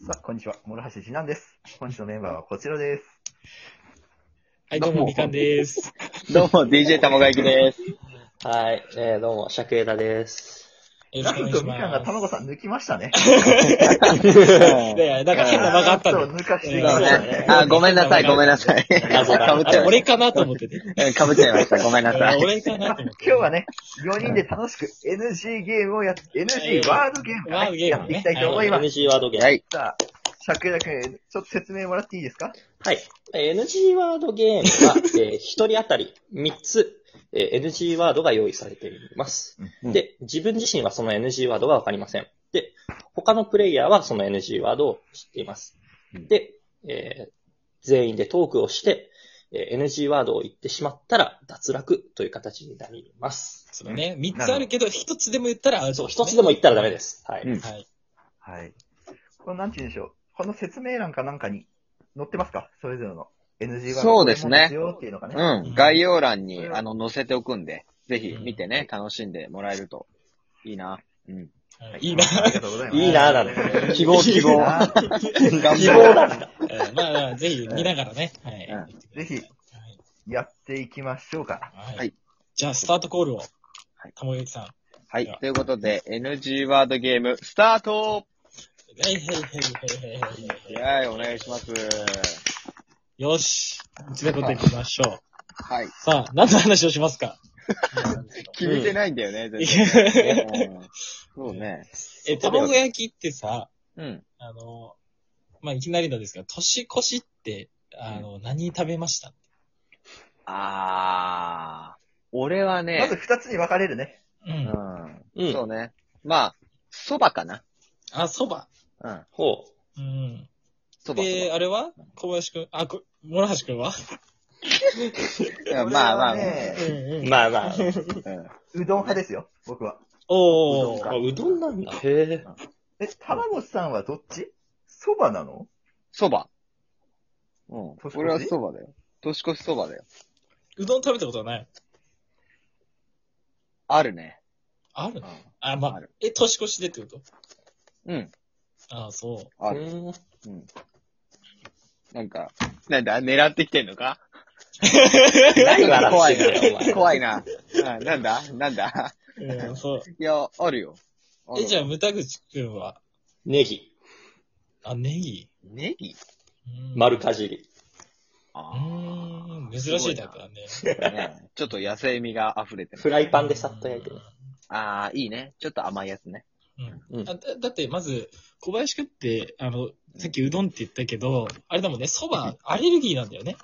さあ、こんにちは。諸橋次男です。本日のメンバーはこちらです。 はい、どうも、みかんです。 どうも、DJ たまがやきです。 はい、どうも、釈枝です。 なんよろしくお願いします。 とみかんが卵さん抜きましたね。 いやいや、なんか変な間があったんだよ。 抜かしていきそうましたねね。。 あ、ごめんなさい、ごめんなさい。 謎だかぶっあれ、 ちゃいまし俺かなと思ってて。 た。かぶっちゃいました。ごめんなさい。 俺かなと思って。 今日はね、4人で楽しく NG ゲームをNG ワードゲームをねやっていきたいと思います。 NG ワードゲーム。 はい。 さあ、釈枝くん、ちょっと説明もらっていいですか？ はい。NG ワードゲームは、1人当たり3つ、NG ワードが用意されています。 うんで、自分自身はその NG ワードがわかりません。で、他のプレイヤーはその NG ワードを知っています。で、全員でトークをして、NG ワードを言ってしまったら脱落という形になります。 そうだね。3つあるけど、1つでも言ったらアウトそう、 ですね。 1つでも言ったらダメです。はい。 うんはい。 はい。これなんて言うんでしょう。この説明欄かなんかに載ってますか？それぞれの NG ワード。 そうですねこれもですよっていうのがね。 うん。概要欄に、載せておくんで、ぜひ見てね、楽しんでもらえるといいな。うん。 はいいいな。 ありがとうございます。 いいなぁなんだ。 希望、希望。 あ希望なんだ。 まあまあ、ぜひ見ながらね。はい。 うんぜひ、やっていきましょうか。 はい。 はいじゃあ、スタートコールを。 はいたもゆきさん。 はい。ということで、NG ワードゲーム、スタートはいはいはいはいはいははい、お願いします。 い。よし。ということで行きましょう。 はい。 さあ、何の話をしますか？ 決めてないんだよね、全然。うんそうね。 卵焼きってさ、 うん。 まあ、いきなりなんですが、年越しって、何食べました？ 俺はまずね、 2つに分かれるね。 うん。そうね。まあ、蕎麦かな。 あ、蕎麦。 うん。 ほう。 うん。 蕎麦。 で、あれは小林くん、諸橋くんはまあまあまあ。 ね、 うんまあまあ。 うん。 うどん派ですよ、僕は。 おー。 うどんかうどんなんだ。へえ。 卵さんはどっち？蕎麦なの？ 蕎麦。うん。 年越し俺は蕎麦だよ。年越し蕎麦だよ。 うどん食べたことはない？ あるね。 あるうん。 あ、まあある、 年越しでってこと？ うん。 あそう。 ある。 うんうん。なんか、なんだ狙ってきてんのか何笑怖いってんだよ、おな。 前。 怖いな。なんだなんだうん、そう。 いや、あるよ。 じゃあ、むたぐちくんは、 ネギ。 あ、ネギ。 ネギ丸かじり。 珍しいタイプだね。 ねちょっと野生味が溢れてる。 フライパンでさっと焼いてね。 いいね。ちょっと甘いやつね。 うんだって、まず、小林くんって、さっきうどんって言ったけど、あれだもんね、蕎麦、アレルギーなんだよね。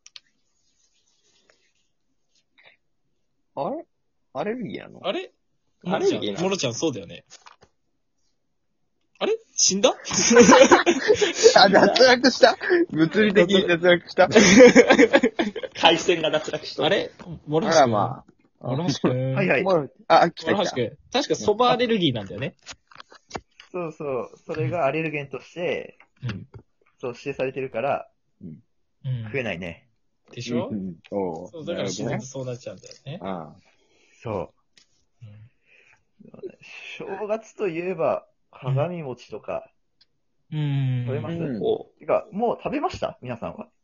あれアレルギーなのあれアレルギーなのモロちゃんそうだよね。あれ死んだ脱落した物理的に脱落した海鮮が脱落した。 あれモロあシくん。 らまあ。 モロシくん。 はいはい。 来た来た。 モロシくん。確か蕎麦アレルギーなんだよね。 そうそう。それがアレルゲンとして、 うん。 そう指定されてるから、 うん。 食えないね。 でしょ、 おそう、だから自然とそうなっちゃうんだよね。 そう。 うん正月といえば、鏡餅とか、食べます？ うんほてか、もう食べました皆さんは。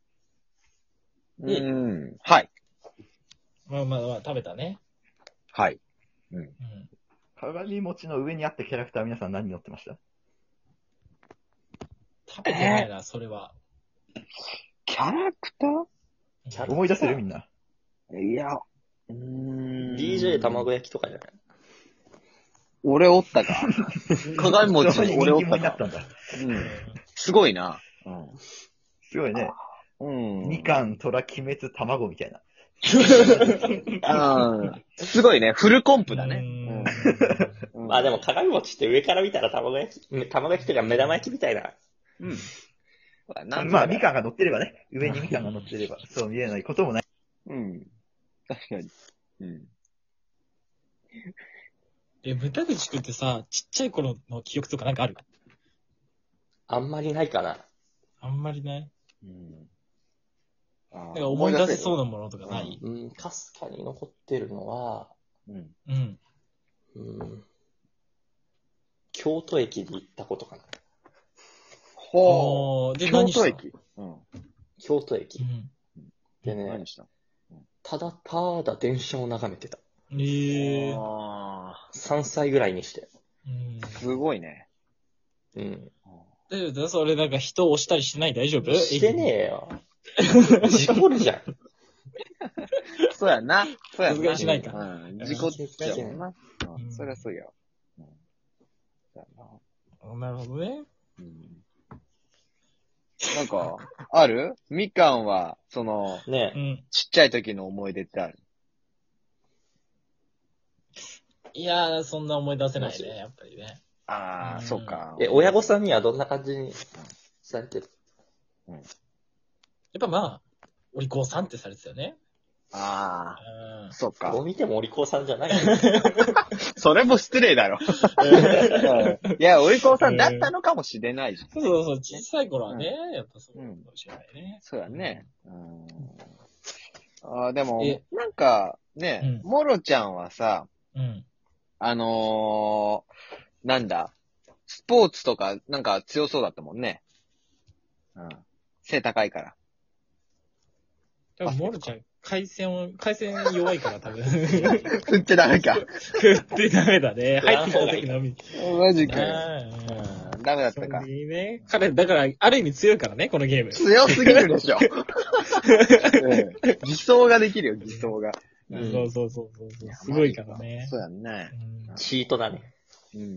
はい。 まあまあまあ、食べたね。 はい。 うん。 鏡餅の上にあったキャラクター皆さん何乗ってました？ 食べてないな、それは。 キャラクタキャラ思い出せるみんな。 ーいや、 DJ 卵焼きとかじゃない？ 俺おったか。鏡餅非常に俺おっ人気者になたか。 ったんだ。 すごいな。 すごいね。みかん、虎、鬼滅、卵みたいな。 すごいね。フルコンプだね。 まあでも鏡餅って上から見たら卵焼きというか目玉焼きみたいな。 まあ、みかんが乗ってればね。上にみかんが乗ってれば、そう見えないこともない。 確かに。 むたぐちくんってさ、ちっちゃい頃の記憶とかなんかある？ あんまりないかな。 あんまりない？ ななんか思い出せそうなものとかない？ かすかに残ってるのは、京都駅に行ったことかな。 ほで、 京何した都駅。うん。 京都駅う。ん。 でね何、したただただ電車を眺めてた。 あ 3歳ぐらいにして。 ー、すごいね。 うん。 大丈夫だよそれなんか人を押したりしてない大丈夫してねえよ。事故るじゃん。 そうやな。そうやさすがにしないかうん。事故っちゃうもんな。うん。そりゃそうやわ。うん。そうやな。 なるほどね。 うん。なんか、あるみかんは、その、 ねえ。 うん。 ちっちゃい時の思い出ってある？ いやー、そんな思い出せないね、やっぱりね。 ああ、 うんそうか。 親御さんにはどんな感じにされてる？ やっぱまあ、お利口さんってされてたよね。 あうんあ、。そうかどう。見てもお利口さんじゃないよ。 それも失礼だろ。うんいや、お利口さんだったのかもしれないじゃん。 そうそうそう、小さい頃はね、やっぱそうかもしれないね。 そうだね。うん。あーでもえ、 なんか、ね、 うんもろちゃんはさ、 うん。 なんだ、スポーツとか、なんか強そうだったもんね。うん。背高いから。 多分、モルちゃん、回線弱いから多分。 振ってダメか。 食ってダメだね。入ってきた時のみ。 マジかよ。 ああ。 ダメだったか基本的。にね。彼、だから、ある意味強いからね、このゲーム。 強すぎるでしょ。うん偽装ができるよ、偽装が。 うんそうそうそうそう。すごいからね。 そうやんね。 うんチートだね。 うん。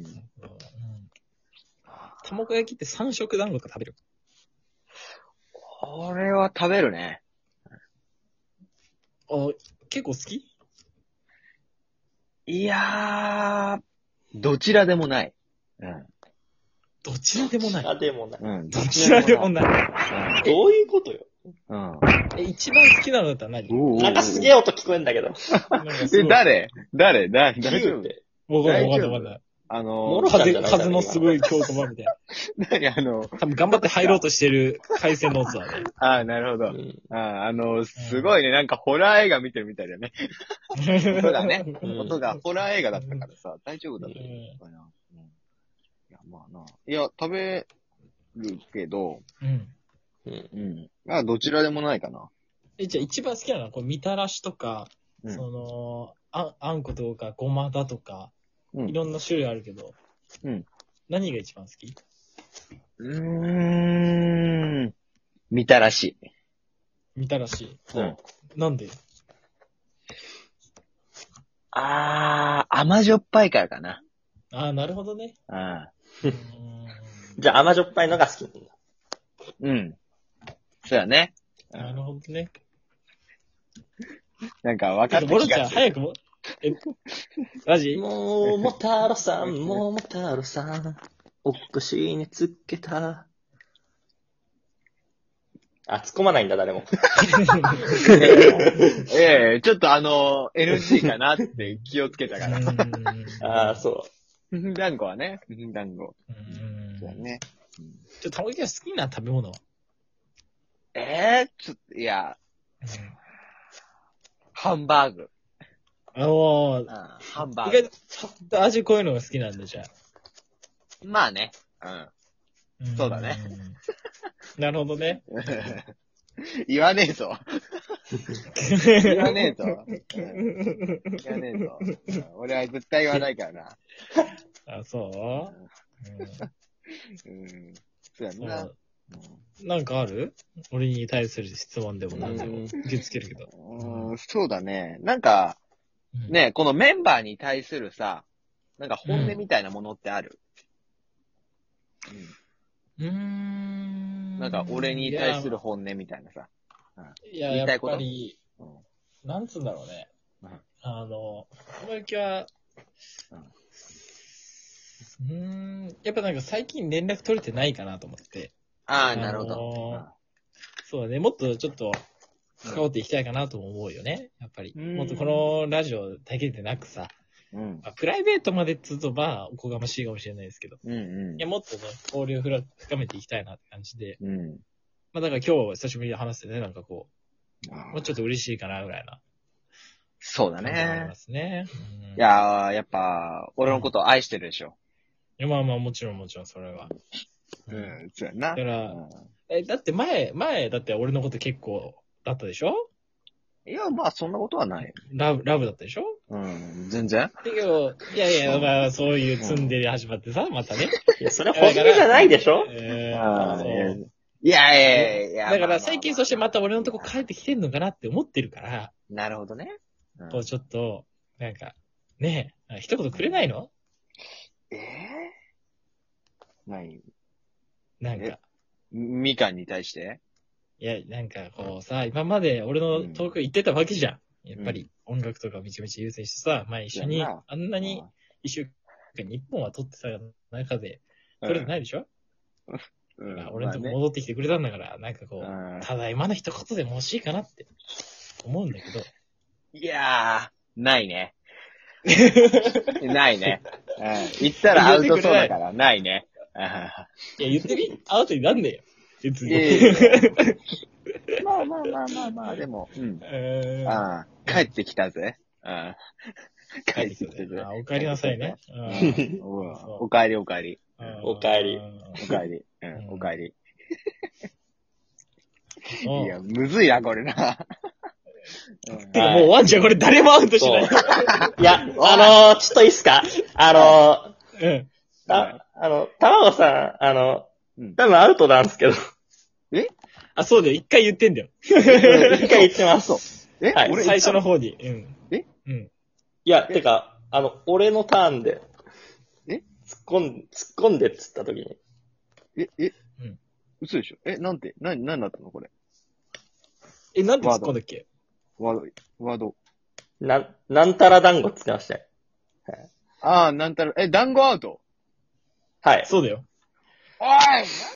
卵焼きって3色団子か食べる。 これは食べるね。 あ、結構好き？ いやー、どちらでもない。うん。 どちらでもない。 でもない。 うん。 どちらでもない。 どういうことよ。 うん。 一番好きなのだったら何？ なんかすげえ音聞こえんだけど。 なんかすごい誰大丈夫キューって。 わかんないわかんない大丈夫わかんない。 もろちゃんじゃない風のすごい強化版みたいな。 何多分頑張って入ろうとしてる回線の音だね。 なるほど。 うんすごいね、なんかホラー映画見てるみたいだね。そうだね。 うん音がホラー映画だったからさ、大丈夫だったよ。いや、まあな。いや、食べるけど、 うん。 うん。まあ、どちらでもないかな。 じゃあ一番好きなのは、こう、みたらしとか、 うんその、あんことか、ごまだとか、 うんいろんな種類あるけど、 うん。 何が一番好き？ みたらし。 みたらし。 うん。 なんで？ 甘じょっぱいからかな。 ああ、なるほどね。 うん。 じゃあ甘じょっぱいのが好きなんだ。 うん。そうやね。 なるほどね。 なんか分かったボロちゃん、 気がする。 早くも、マジ？ 桃太郎さん、桃太郎さん、お腰につけた。突っ込まないんだ、誰も。 ちょっとNG かなって気をつけたから。 そ団子はね。団子。そうだね。 ちょっと卵焼きが好きな食べ物は？ ちょっと、いや、ハンバーグ。ハンバーグ。 意外と味濃いのが好きなんだ、じゃあ。 まあね。そうだね。 なるほどね。 言わねえぞ。言わねえぞ。言わねえぞ。俺は絶対言わないからな。 そうそうやんな。 なんかある？俺に対する質問でも何でも受け付けるけど。 そうだね。なんか、ね、このメンバーに対するさ、なんか本音みたいなものってある？なんか俺に対する本音みたいなさ。 いや、やっぱり、なんつうんだろうね。小雪は、やっぱなんか最近連絡取れてないかなと思って。 なるほど。 そうだね、もっとちょっと関わっていきたいかなとも思うよね。やっぱり。もっとこのラジオだけでなくさ、プライベートまでっつうとおこがましいかもしれないですけど。いや、もっとね、交流を深めていきたいなって感じで。だから今日久しぶりに話してね、なんかこう、もうちょっと嬉しいかなぐらいな。 そうだね。 ありますね。 いやー、やっぱ、俺のことを愛してるでしょ。 いや、まあまあ、もちろん、それは。 そうやな。 だから、だってだって俺のこと結構だったでしょ？ いや、まあ、そんなことはない。 ラブだったでしょ？ 全然。 だけど、いや、まあ、そういうツンデレ始まってさ、またね。 いや、それは本気じゃないでしょ？ そう。 いや。 だから最近そしてまた俺のとこ帰ってきてんのかなって思ってるから。 なるほどね。 こうちょっと、なんか、ねえ、一言くれないの？ 何？ なんか。 みかんに対して？ いや、なんかこうさ、今まで俺の遠く行ってたわけじゃん。やっぱり音楽とかめちゃめちゃ優先してさ、まあ一緒に、あんなに一週間日本は撮ってた中で、撮れてないでしょ？俺のとこ戻ってきてくれたんだから、なんかこう、ただいまの一言でも欲しいかなって思うんだけど。 いやー、ないね。ないね。言ったらアウトそうだから、ないね。 いや、言ってみ？アウトになんねえよ。別に。 まあ、でも、帰ってきたぜ。帰ってきたぜ。 お帰りなさいね。 お帰り。お帰り。いや、むずいな、これな。 てかもう終わんじゃん、これ誰もアウトしない。いや、ちょっといいっすか？たまごさん、多分アウトなんですけど。 そうだよ、一回言ってんだよ。 一回言ってます。 はい、最初の方に。 いや、てか、俺のターンで、突っ込んでっつった時に。 嘘でしょ？なんて、何だったのこれ。 なんて突っ込んだっけ？ ワード。 なんたら団子つけましたよ。 なんたら、団子アウト？ はい。 そうだよ。 おい